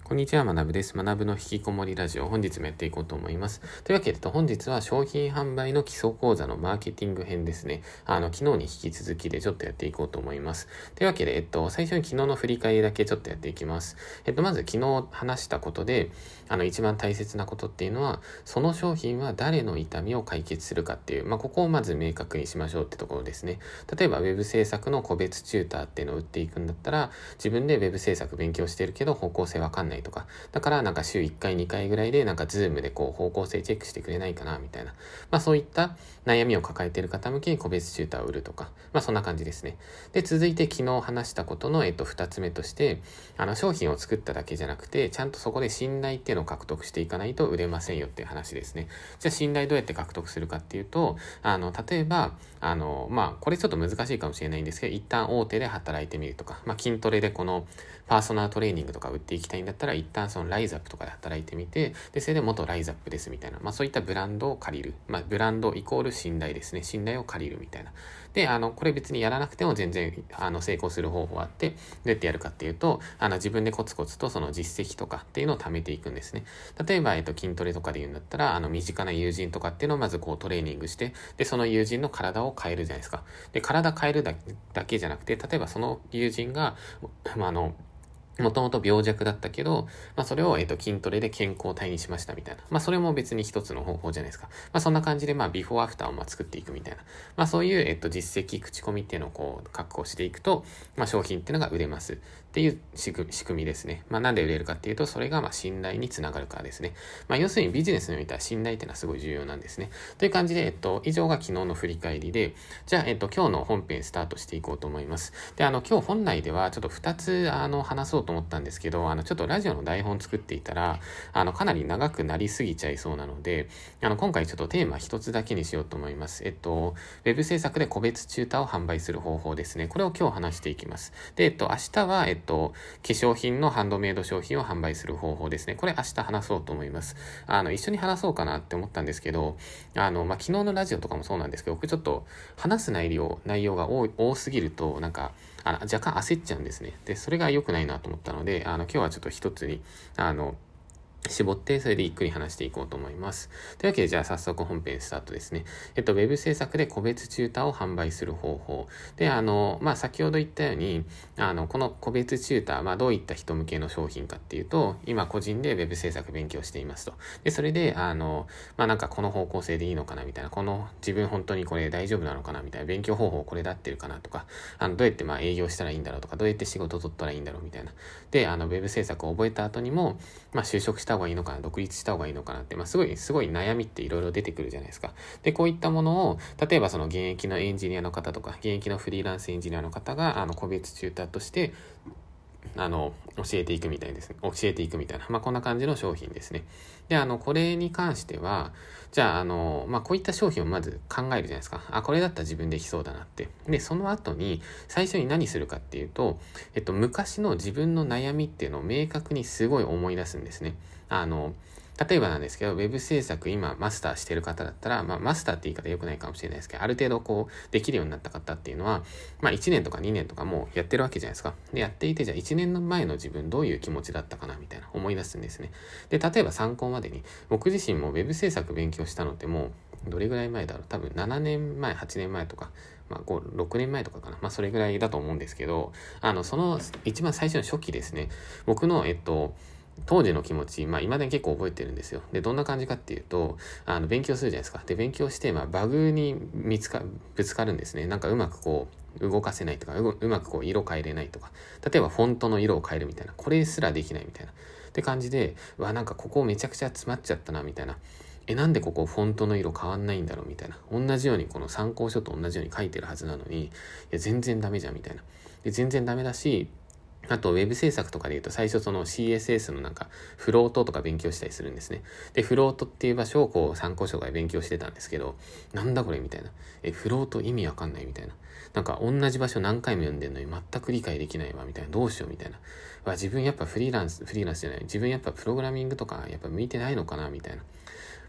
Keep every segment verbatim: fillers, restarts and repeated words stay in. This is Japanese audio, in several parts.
こんにちは、学部です。学部の引きこもりラジオ、本日もやっていこうと思います。というわけで、本日は商品販売の基礎講座のマーケティング編ですね。あの、昨日に引き続きでちょっとやっていこうと思います。というわけで、えっと、最初に昨日の振り返りだけちょっとやっていきます。えっと、まず昨日話したことで、あの、一番大切なことっていうのは、その商品は誰の痛みを解決するかっていう、まあ、ここをまず明確にしましょうってところですね。例えば、ウェブ制作の個別チューターっていうのを売っていくんだったら、自分でウェブ制作勉強してるけど方向性わかんないとか、だからなんか週いっかいにかいぐらいでなんかズームでこう方向性チェックしてくれないかなみたいな、まあそういった悩みを抱えている方向けに個別チューターを売るとか、まあそんな感じですね。で、続いて昨日話したことのえっとふたつめとして、あの商品を作っただけじゃなくて、ちゃんとそこで信頼っていうのを獲得していかないと売れませんよっていう話ですね。じゃあ信頼どうやって獲得するかっていうと、あの例えばあのまあこれちょっと難しいかもしれないんですけど、一旦大手で働いてみるとか、まあ筋トレでこのパーソナルトレーニングとか売っていきたいんだったら、一旦そのライザップとかで働いてみて、でそれで元ライザップですみたいな、まあそういったブランドを借りる、まあブランドイコール信頼ですね、信頼を借りるみたいな。で、あのこれ別にやらなくても全然あの成功する方法あって、どうやってやるかっていうと、あの自分でコツコツとその実績とかっていうのを貯めていくんですね。例えば、えっと、筋トレとかで言うんだったら、あの身近な友人とかっていうのをまずこうトレーニングして、でその友人の体を変えるじゃないですか。で体変えるだけだけじゃなくて、例えばその友人が、まあ、あのもともと病弱だったけど、まあそれを、えっと、筋トレで健康体にしましたみたいな。まあそれも別に一つの方法じゃないですか。まあそんな感じで、まあビフォーアフターをまあ作っていくみたいな。まあそういう、えっと、実績、口コミっていうのをこう、確保していくと、まあ商品っていうのが売れます。っていう仕組みですね。まあなんで売れるかっていうと、それがまあ信頼につながるからですね。まあ要するにビジネスにおいては信頼っていうのはすごい重要なんですね。という感じで、えっと、以上が昨日の振り返りで、じゃあ、えっと、今日の本編スタートしていこうと思います。で、あの、今日本来ではちょっとふたつ、あの、話そうと思ったんですけど、あの、ちょっとラジオの台本作っていたら、あの、かなり長くなりすぎちゃいそうなので、あの、今回ちょっとテーマ一つだけにしようと思います。えっと、ウェブ制作で個別チューターを販売する方法ですね。これを今日話していきます。で、えっと、明日は、えっと、化粧品のハンドメイド商品を販売する方法ですね。これ明日話そうと思います。あの、一緒に話そうかなって思ったんですけど、あの、まあ、昨日のラジオとかもそうなんですけど、僕ちょっと話す内容、内容が多い、多すぎると、なんか、あの若干焦っちゃうんですね。で、それが良くないなと思ったので、あの、今日はちょっと一つに、あの、絞って、それでゆっくり話していこうと思います。というわけで、じゃあ早速本編スタートですね。えっと、ウェブ制作で個別チューターを販売する方法。で、あの、まあ、先ほど言ったように、あの、この個別チューター、まあ、どういった人向けの商品かっていうと、今個人でウェブ制作勉強していますと。で、それで、あの、まあ、なんかこの方向性でいいのかなみたいな、この自分本当にこれ大丈夫なのかなみたいな、勉強方法これで合ってるかなとか、あの、どうやってまあ営業したらいいんだろうとか、どうやって仕事取ったらいいんだろうみたいな。で、あの、ウェブ制作を覚えた後にも、まあ、就職した方がいいのかな、独立した方がいいのかなって、まあ、すごい、すごい悩みっていろいろ出てくるじゃないですか。で、こういったものを、例えばその現役のエンジニアの方とか、現役のフリーランスエンジニアの方が、あの、個別チューターとして、あの、教えていくみたいですね。教えていくみたいな。まあ、こんな感じの商品ですね。で、あの、これに関しては、じゃあ、あの、まあ、こういった商品をまず考えるじゃないですか。あ、これだったら自分できそうだなって。で、その後に、最初に何するかっていうと、えっと、昔の自分の悩みっていうのを明確にすごい思い出すんですね。あの、例えばなんですけど、ウェブ制作今マスターしてる方だったら、まあマスターって言い方良くないかもしれないですけど、ある程度こうできるようになった方っていうのは、まあいちねんとかにねんとかもうやってるわけじゃないですか。で、やっていて、じゃあいちねんの前の自分どういう気持ちだったかなみたいな思い出すんですね。で、例えば参考までに、僕自身もウェブ制作勉強したのってもう、どれぐらい前だろう多分ななねんまえ、はちねんまえとか、まあ、ご、ろくねんまえとかかな。まあ、それぐらいだと思うんですけど、あの、その、一番最初の初期ですね。僕の、えっと、当時の気持ち、まあ、未だに結構覚えてるんですよ。で、どんな感じかっていうと、あの、勉強するじゃないですか。で、勉強して、まあ、バグに見つか、ぶつかるんですね。なんかうまくこう、動かせないとか、う、うまくこう、色変えれないとか。例えば、フォントの色を変えるみたいな。これすらできないみたいな。って感じで、うわ、なんかここめちゃくちゃ詰まっちゃったな、みたいな。え、なんでここフォントの色変わんないんだろうみたいな。同じようにこの参考書と同じように書いてるはずなのに、いや、全然ダメじゃんみたいな。で、全然ダメだし、あと、ウェブ制作とかで言うと、最初その シーエスエス のなんか、フロートとか勉強したりするんですね。で、フロートっていう場所をこう、参考書から勉強してたんですけど、なんだこれみたいな。え、フロート意味わかんないみたいな。なんか、同じ場所何回も読んでんのに全く理解できないわ、みたいな。どうしようみたいな。わ、自分やっぱフリーランス、フリーランスじゃない。自分やっぱプログラミングとか、やっぱ向いてないのかなみたいな。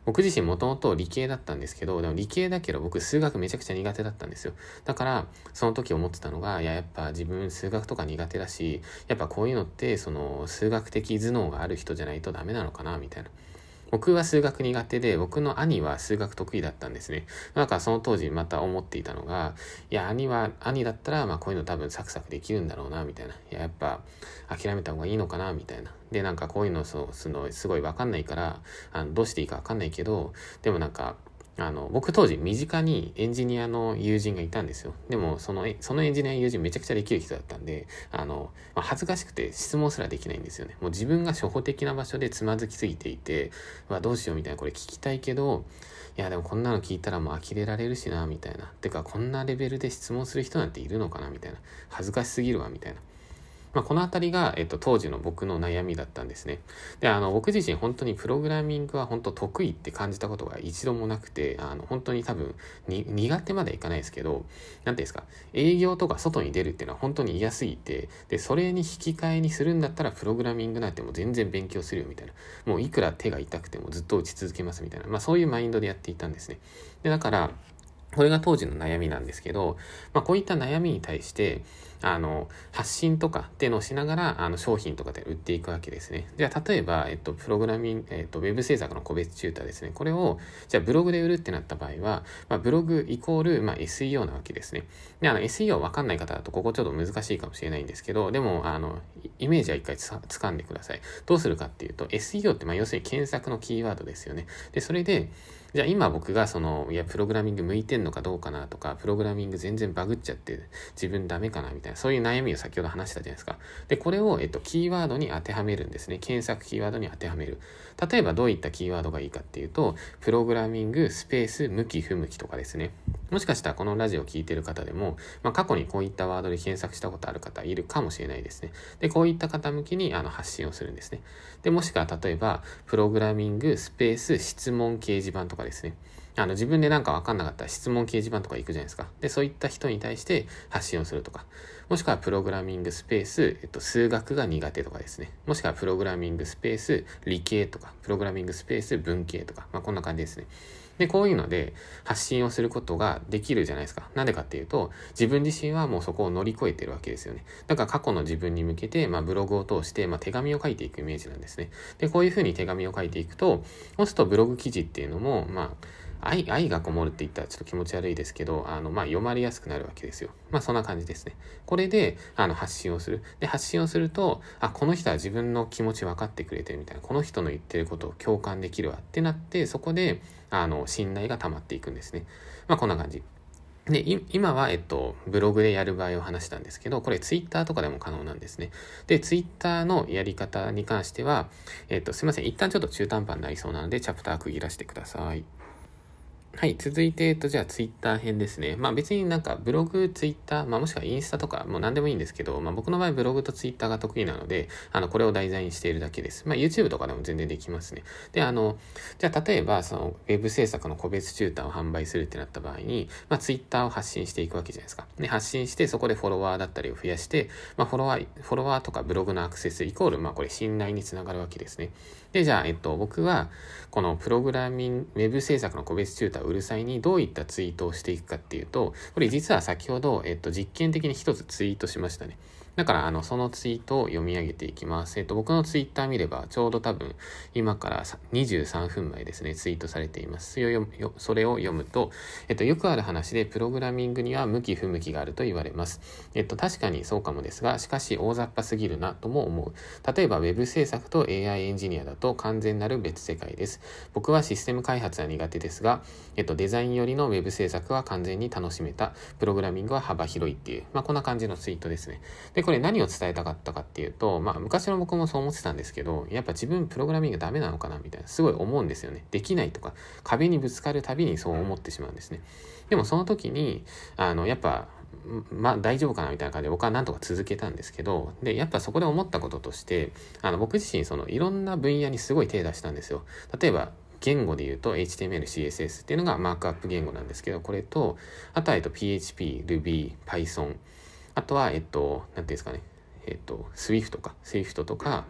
僕自身もともと理系だったんですけど、でも理系だけど僕数学めちゃくちゃ苦手だったんですよ。だから、その時思ってたのが、いや、やっぱ自分数学とか苦手だし、やっぱこういうのって、その数学的頭脳がある人じゃないとダメなのかな、みたいな。僕は数学苦手で、僕の兄は数学得意だったんですね。だからその当時また思っていたのが、いや、兄は、兄だったら、まあこういうの多分サクサクできるんだろうな、みたいな。いや、やっぱ諦めた方がいいのかな、みたいな。で、なんかこういうの、そう、その、すごいわかんないから、あの、どうしていいかわかんないけど、でもなんか、あの、僕当時身近にエンジニアの友人がいたんですよ。でも、その、そのエンジニアの友人めちゃくちゃできる人だったんで、あの、まあ、恥ずかしくて質問すらできないんですよね。もう自分が初歩的な場所でつまずきすぎていて、うわ、どうしようみたいな、これ聞きたいけど、いや、でもこんなの聞いたらもう呆れられるしな、みたいな。てか、こんなレベルで質問する人なんているのかな、みたいな。恥ずかしすぎるわ、みたいな。まあ、このあたりが、えっと、当時の僕の悩みだったんですね。で、あの、僕自身本当にプログラミングは本当得意って感じたことが一度もなくて、あの、本当に多分に、苦手まではいかないですけど、なんていうんですか、営業とか外に出るっていうのは本当に嫌すぎて、で、それに引き換えにするんだったら、プログラミングなんてもう全然勉強するよみたいな。もういくら手が痛くてもずっと打ち続けますみたいな。まあ、そういうマインドでやっていたんですね。で、だから、これが当時の悩みなんですけど、まあ、こういった悩みに対して、あの、発信とかっていうのをしながら、あの、商品とかで売っていくわけですね。じゃあ、例えば、えっと、プログラミング、えっと、ウェブ制作の個別チューターですね。これを、じゃあ、ブログで売るってなった場合は、まあ、ブログイコール、まあ、エスイーオー なわけですね。で、あの、エスイーオー わかんない方だと、ここちょっと難しいかもしれないんですけど、でも、あの、イメージは一回つ掴んでください。どうするかっていうと、エスイーオー って、まあ、要するに検索のキーワードですよね。で、それで、じゃあ今僕がその、いや、プログラミング向いてんのかどうかなとか、プログラミング全然バグっちゃって自分ダメかなみたいな、そういう悩みを先ほど話したじゃないですか。で、これを、えっと、キーワードに当てはめるんですね。検索キーワードに当てはめる。例えばどういったキーワードがいいかっていうと、プログラミング、スペース、向き不向きとかですね。もしかしたらこのラジオを聞いてる方でも、まあ、過去にこういったワードで検索したことある方いるかもしれないですね。で、こういった方向きにあの発信をするんですね。で、もしくは例えば、プログラミング、スペース、質問掲示板とかですね。あの自分でなんかわかんなかったら質問掲示板とか行くじゃないですか。で、そういった人に対して発信をするとか。もしくはプログラミングスペース、えっと、数学が苦手とかですね。もしくはプログラミングスペース、理系とか、プログラミングスペース、文系とか。まあこんな感じですね。で、こういうので発信をすることができるじゃないですか。なんでかっていうと、自分自身はもうそこを乗り越えてるわけですよね。だから過去の自分に向けて、まあブログを通して、まあ手紙を書いていくイメージなんですね。で、こういうふうに手紙を書いていくと、そうするとブログ記事っていうのも、まあ、愛、愛がこもるって言ったらちょっと気持ち悪いですけど、あの、まあ、読まれやすくなるわけですよ。まあ、そんな感じですね。これで、あの、発信をする。で、発信をすると、あ、この人は自分の気持ち分かってくれてるみたいな、この人の言ってることを共感できるわってなって、そこで、あの、信頼が溜まっていくんですね。まあ、こんな感じ。で、今は、えっと、ブログでやる場合を話したんですけど、これツイッターとかでも可能なんですね。で、ツイッターのやり方に関しては、えっと、すいません。一旦ちょっと中途半端になりそうなので、チャプター区切らせてください。はい。続いて、えっと、じゃあ、ツイッター編ですね。まあ別になんかブログ、ツイッター、まあもしくはインスタとか、もう何でもいいんですけど、まあ僕の場合ブログとツイッターが得意なので、あの、これを題材にしているだけです。まあ YouTube とかでも全然できますね。で、あの、じゃあ例えば、その、ウェブ制作の個別チューターを販売するってなった場合に、まあツイッターを発信していくわけじゃないですか。で、発信して、そこでフォロワーだったりを増やして、まあフォロワー、フォロワーとかブログのアクセスイコール、まあこれ信頼につながるわけですね。で、じゃあ、えっと、僕は、このプログラミング、ウェブ制作の個別チューターを売る際にどういったツイートをしていくかっていうと、これ実は先ほど、えっと、実験的に一つツイートしましたね。だから、あの、そのツイートを読み上げていきます。えっと、僕のツイッター見れば、ちょうど多分、今からにじゅうさんぷんまえですね、ツイートされています。それを読む、それを読むと、えっと、よくある話で、プログラミングには向き不向きがあると言われます。えっと、確かにそうかもですが、しかし大雑把すぎるなとも思う。例えば、ウェブ制作と エーアイ エンジニアだと完全なる別世界です。僕はシステム開発は苦手ですが、えっと、デザイン寄りのウェブ制作は完全に楽しめた。プログラミングは幅広いっていう、まあ、こんな感じのツイートですね。で、これ何を伝えたかったかっていうと、まあ、昔の僕もそう思ってたんですけど、やっぱ自分プログラミングダメなのかなみたいな、すごい思うんですよね。できないとか、壁にぶつかるたびにそう思ってしまうんですね。でもその時に、あの、やっぱ、まあ大丈夫かなみたいな感じで僕はなんとか続けたんですけど、で、やっぱそこで思ったこととして、あの、僕自身そのいろんな分野にすごい手出したんですよ。例えば、言語で言うと エイチティーエムエル、シーエスエス っていうのがマークアップ言語なんですけど、これと、あとはえっと ピーエイチピー、Ruby、Python、あとはえっと、なんていうんですかね、えっと、Swift か、Swift とか、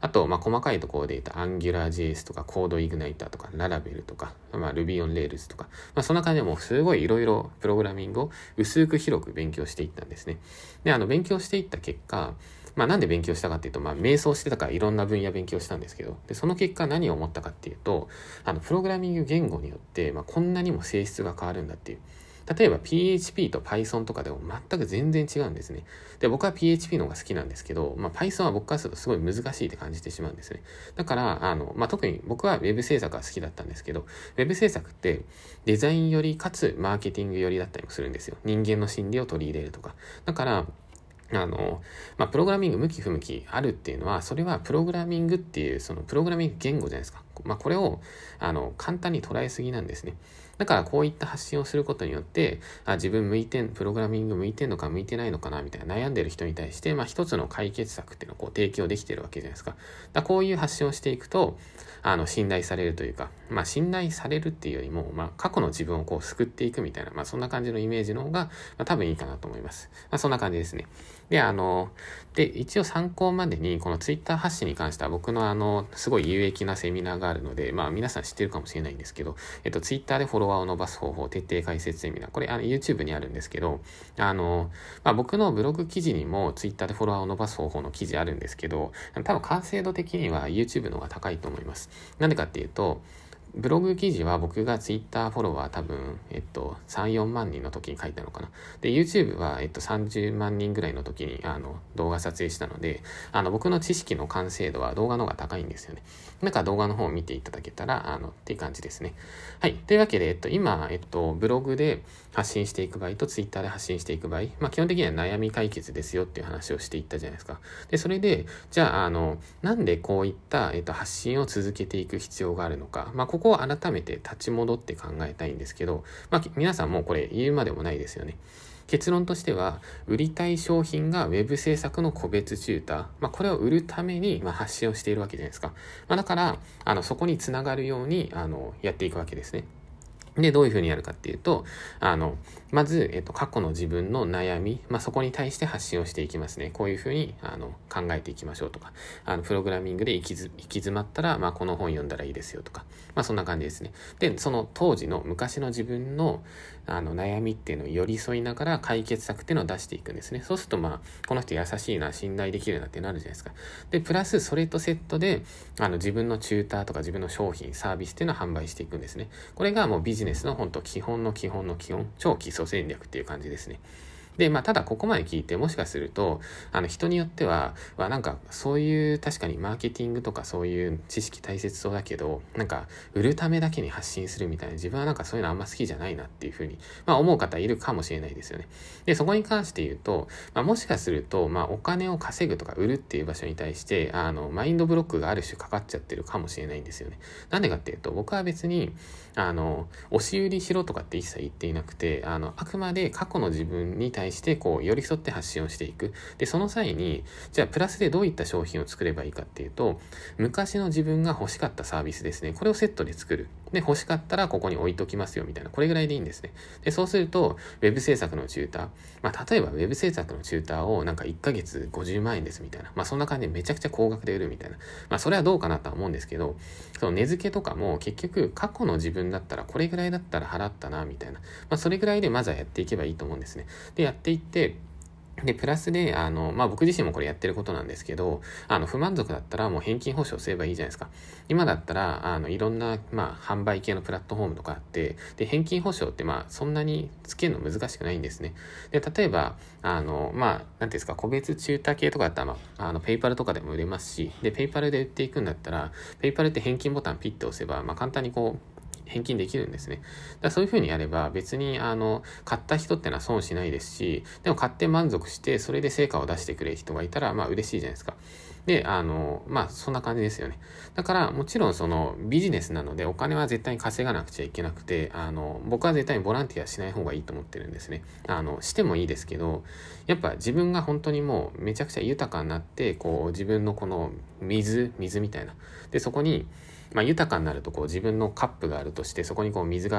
あと、まあ、細かいところで言うと AngularJS とか CodeIgniter とか Laravel とか、まあ、Ruby on Rails とか、まあ、そんな感じでもうすごいいろいろプログラミングを薄く広く勉強していったんですね。で、あの、勉強していった結果、まあなんで勉強したかっていうと、まあ瞑想してたからいろんな分野勉強したんですけど、で、その結果何を思ったかっていうと、あの、プログラミング言語によって、まあこんなにも性質が変わるんだっていう。例えば ピーエイチピー と Python とかでも全く全然違うんですね。で、僕は ピーエイチピー の方が好きなんですけど、まあ Python は僕からするとすごい難しいって感じてしまうんですね。だから、あの、まあ特に僕は Web 制作が好きだったんですけど、Web 制作ってデザインよりかつマーケティングよりだったりもするんですよ。人間の心理を取り入れるとか。だから、あの、まあ、プログラミング向き不向きあるっていうのは、それはプログラミングっていう、そのプログラミング言語じゃないですか。まあ、これを、あの、簡単に捉えすぎなんですね。だからこういった発信をすることによって、あ、自分向いてん、プログラミング向いてんのか向いてないのかなみたいな悩んでる人に対して、まあ、一つの解決策っていうのをこう提供できてるわけじゃないですか。だからこういう発信をしていくと、あの、信頼されるというか、まあ、信頼されるっていうよりも、まあ、過去の自分をこう救っていくみたいな、まあ、そんな感じのイメージの方が、まあ、多分いいかなと思います。まあ、そんな感じですね。で、あの、で、一応参考までに、このツイッター発信に関しては僕のあの、すごい有益なセミナーがあるので、まあ皆さん知ってるかもしれないんですけど、えっと、ツイッターでフォロワーを伸ばす方法、徹底解説セミナー。これ、あの、YouTube にあるんですけど、あの、まあ僕のブログ記事にもツイッターでフォロワーを伸ばす方法の記事あるんですけど、多分完成度的には YouTube の方が高いと思います。なんでかっていうと、ブログ記事は僕がツイッターフォロワー多分、えっと、さん、よんまん人の時に書いたのかな。で、YouTube は、えっと、さんじゅうまん人ぐらいの時に、あの、動画撮影したので、あの、僕の知識の完成度は動画の方が高いんですよね。だから動画の方を見ていただけたら、あの、っていう感じですね。はい。というわけで、えっと、今、えっと、ブログで発信していく場合と Twitter で発信していく場合、まあ、基本的には悩み解決ですよっていう話をしていったじゃないですか。で、それで、じゃあ、あの、なんでこういった、えっと、発信を続けていく必要があるのか。まあ、ここを改めて立ち戻って考えたいんですけど、まあ、皆さんもうこれ言うまでもないですよね。結論としては、売りたい商品が Web 制作の個別チューター。まあ、これを売るために、まあ、発信をしているわけじゃないですか。まあ、だから、あの、そこにつながるように、あの、やっていくわけですね。で、どういうふうにやるかっていうと、あの、まず、えっと、過去の自分の悩み、まあ、そこに対して発信をしていきますね。こういうふうに、あの、考えていきましょうとか、あの、プログラミングで行きず、行き詰まったら、まあ、この本読んだらいいですよとか、まあ、そんな感じですね。で、その当時の昔の自分の、あの、悩みっていうのを寄り添いながら解決策っていうのを出していくんですね。そうすると、まあ、この人優しいな、信頼できるなってなるじゃないですか。で、プラス、それとセットで、あの、自分のチューターとか自分の商品、サービスっていうのを販売していくんですね。これがもうビジネスの本当基本の基本の基本、超基礎戦略っていう感じですね。で、まあ、ただここまで聞いて、もしかすると、あの、人によっては、はなんか、そういう、確かにマーケティングとかそういう知識大切そうだけど、なんか、売るためだけに発信するみたいな、自分はなんかそういうのあんま好きじゃないなっていうふうに、まあ、思う方いるかもしれないですよね。で、そこに関して言うと、まあ、もしかすると、まあ、お金を稼ぐとか売るっていう場所に対して、あの、マインドブロックがある種かかっちゃってるかもしれないんですよね。なんでかっていうと、僕は別に、あの、押し売りしろとかって一切言っていなくて、あの、あくまで過去の自分に対して、こう、寄り添って発信をしていく。で、その際に、じゃあ、プラスでどういった商品を作ればいいかっていうと、昔の自分が欲しかったサービスですね。これをセットで作る。で、欲しかったらここに置いときますよ、みたいな。これぐらいでいいんですね。で、そうすると、ウェブ制作のチューター。まあ、例えば、ウェブ制作のチューターをなんかいっかげつごじゅうまん円ですみたいな。まあ、そんな感じでめちゃくちゃ高額で売るみたいな。まあ、それはどうかなとは思うんですけど、その値付けとかも結局、過去の自分だったら、これぐらいだったら払ったな、みたいな。まあ、それぐらいでまずはやっていけばいいと思うんですね。で、やっていって、で、プラスで、あの、まあ、僕自身もこれやってることなんですけど、あの、不満足だったらもう返金保証すればいいじゃないですか。今だったら、あの、いろんな、まあ、販売系のプラットフォームとかあって、で、返金保証って、まあ、そんなにつけるの難しくないんですね。で、例えば、あの、まあ、なんていうんですか、個別中華系とかだったら、まあ、あの、ペイパルとかでも売れますし、で、ペイパルで売っていくんだったら、ペイパルって返金ボタンピッて押せば、まあ、簡単にこう、返金できるんですね。だからそういう風にやれば別にあの買った人ってのは損しないですし、でも買って満足してそれで成果を出してくれる人がいたらまあ嬉しいじゃないですか。で、あの、まあそんな感じですよね。だからもちろんそのビジネスなのでお金は絶対に稼がなくちゃいけなくて、あの、僕は絶対にボランティアしない方がいいと思ってるんですね。あの、してもいいですけど、やっぱ自分が本当にもうめちゃくちゃ豊かになって、こう自分のこの水、水みたいな。で、そこにまあ、豊かになるとこう自分のカップがあるとしてそこにこう水が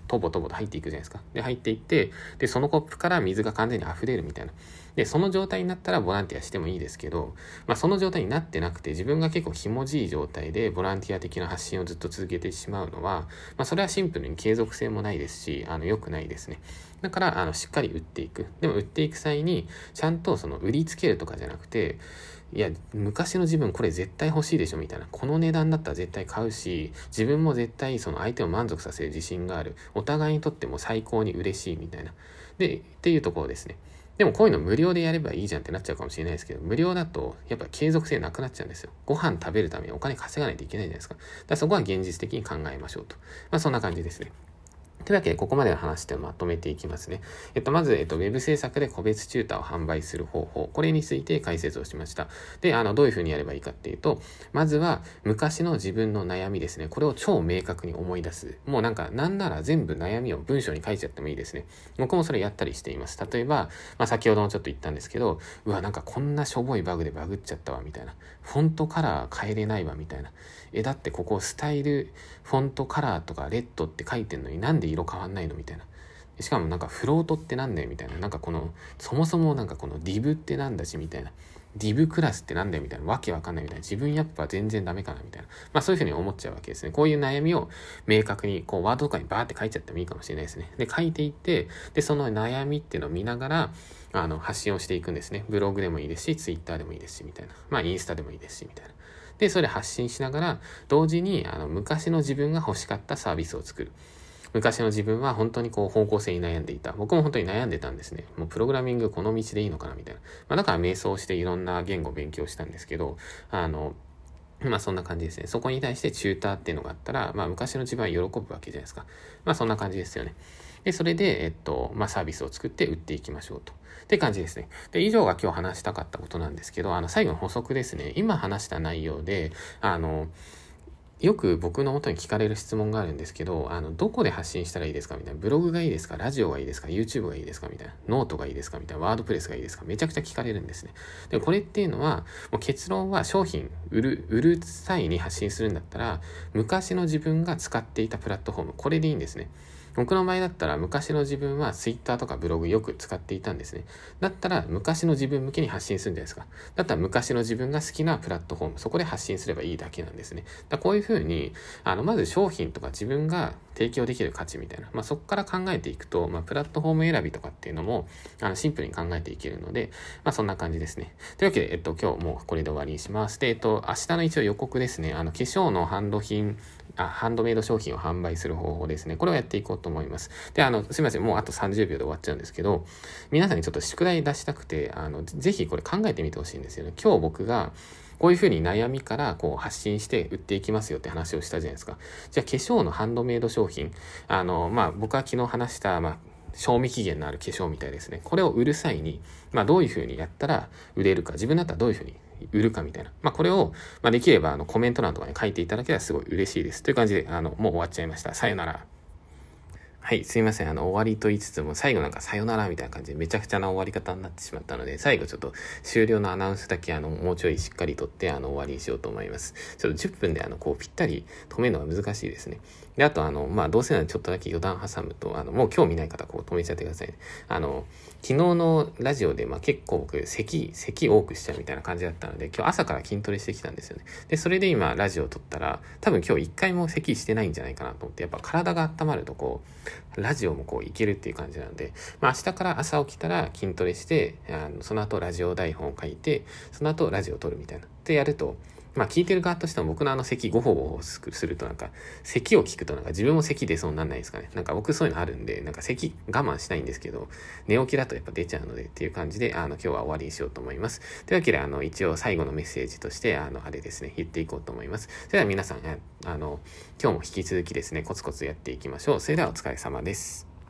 とぼとぼと入っていくじゃないですか。で、入っていって、で、そのコップから水が完全に溢れるみたいな。で、その状態になったらボランティアしてもいいですけど、まあ、その状態になってなくて、自分が結構ひもじい状態でボランティア的な発信をずっと続けてしまうのは、まあ、それはシンプルに継続性もないですし、あの、良くないですね。だから、あの、しっかり売っていく。でも、売っていく際に、ちゃんとその、売りつけるとかじゃなくて、いや、昔の自分これ絶対欲しいでしょみたいな。この値段だったら絶対買うし、自分も絶対その相手を満足させる自信がある。お互いにとっても最高に嬉しいみたいな。で、っていうところですね。でもこういうの無料でやればいいじゃんってなっちゃうかもしれないですけど、無料だとやっぱ継続性なくなっちゃうんですよ。ご飯食べるためにお金稼がないといけないじゃないですか。だからそこは現実的に考えましょうと。まあそんな感じですね。というわけで、ここまでの話をまとめていきますね。えっと、まず、えっと、ウェブ制作で個別チューターを販売する方法。これについて解説をしました。で、あの、どういうふうにやればいいかっていうと、まずは、昔の自分の悩みですね。これを超明確に思い出す。もうなんか、なんなら全部悩みを文章に書いちゃってもいいですね。僕もそれやったりしています。例えば、まあ、先ほどもちょっと言ったんですけど、うわ、なんかこんなしょぼいバグでバグっちゃったわ、みたいな。フォントカラー変えれないわ、みたいな。え、だってここスタイル、フォントカラーとかレッドって書いてんのになんで色変わんないのみたいな。しかもなんかフロートってなんだよみたいな。なんかこの、そもそもなんかこの div ってなんだしみたいな。div クラスってなんだよみたいな。わけわかんないみたいな。自分やっぱ全然ダメかなみたいな。まあそういうふうに思っちゃうわけですね。こういう悩みを明確にこうワードとかにバーって書いちゃってもいいかもしれないですね。で、書いていって、で、その悩みっていうのを見ながら、あの、発信をしていくんですね。ブログでもいいですし、ツイッターでもいいですし、みたいな。まあインスタでもいいですし、みたいな。で、それ発信しながら、同時に、あの、昔の自分が欲しかったサービスを作る。昔の自分は本当にこう方向性に悩んでいた。僕も本当に悩んでたんですね。もうプログラミングこの道でいいのかなみたいな。まあだから瞑想していろんな言語を勉強したんですけど、あの、まあそんな感じですね。そこに対してチューターっていうのがあったら、まあ昔の自分は喜ぶわけじゃないですか。まあそんな感じですよね。で、それで、えっと、まあサービスを作って売っていきましょうと。って感じですね。で、以上が今日話したかったことなんですけど、あの最後の補足ですね。今話した内容で、あの、よく僕の元に聞かれる質問があるんですけど、あの、どこで発信したらいいですかみたいな。ブログがいいですかラジオがいいですか ?YouTube がいいですかみたいな。ノートがいいですかみたいな。ワードプレスがいいですかめちゃくちゃ聞かれるんですね。で、これっていうのは、もう結論は商品、売る、売る際に発信するんだったら、昔の自分が使っていたプラットフォーム、これでいいんですね。僕の場合だったら昔の自分は Twitter とかブログよく使っていたんですね。だったら昔の自分向けに発信するんじゃないですか。だったら昔の自分が好きなプラットフォーム、そこで発信すればいいだけなんですね。だこういうふうに、あの、まず商品とか自分が提供できる価値みたいな、まあ、そこから考えていくと、まあ、プラットフォーム選びとかっていうのも、あの、シンプルに考えていけるので、まあ、そんな感じですね。というわけで、えっと、今日もうこれで終わりにします。で、えっと、明日の一応予告ですね。あの、化粧のハンド品、あ、ハンドメイド商品を販売する方法ですね。これをやっていこうと思います。で、あの、すみません。もうあとさんじゅうびょうで終わっちゃうんですけど、皆さんにちょっと宿題出したくて、あの、ぜひこれ考えてみてほしいんですよね。今日僕が、こういうふうに悩みからこう発信して売っていきますよって話をしたじゃないですか。じゃあ化粧のハンドメイド商品、あの、まあ、僕は昨日話した、まあ、賞味期限のある化粧みたいですね。これを売る際に、まあ、どういうふうにやったら売れるか、自分だったらどういうふうに売るかみたいな。まあ、これを、まあ、できればあのコメント欄とかに書いていただけたらすごい嬉しいです。という感じで、あの、もう終わっちゃいました。さよなら。はい、すいません。あの、終わりと言いつつも、最後なんかさよならみたいな感じでめちゃくちゃな終わり方になってしまったので、最後ちょっと終了のアナウンスだけ、あの、もうちょいしっかりとって、あの、終わりにしようと思います。ちょっとじゅっぷんで、あの、こう、ぴったり止めるのが難しいですね。で、あと、あの、まあ、どうせならちょっとだけ余談挟むと、あの、もう興味ない方、こう、止めちゃってくださいね。あの、昨日のラジオで、まあ、結構僕、咳、咳多くしちゃうみたいな感じだったので、今日朝から筋トレしてきたんですよね。で、それで今、ラジオを撮ったら、多分今日一回も咳してないんじゃないかなと思って、やっぱ体が温まると、こう、ラジオもこういけるっていう感じなので、まあ明日から朝起きたら筋トレして、あのその後ラジオ台本を書いて、その後ラジオを撮るみたいな。ってやると、まあ聞いてる側としても僕のあの咳ごほごほするとなんか、咳を聞くとなんか自分も咳出そうにならないですかね。なんか僕そういうのあるんで、なんか咳我慢したいんですけど、寝起きだとやっぱ出ちゃうのでっていう感じで、あの今日は終わりにしようと思います。というわけで、あの一応最後のメッセージとして、あのあれですね、言っていこうと思います。それでは皆さん、あの、今日も引き続きですね、コツコツやっていきましょう。それではお疲れ様です。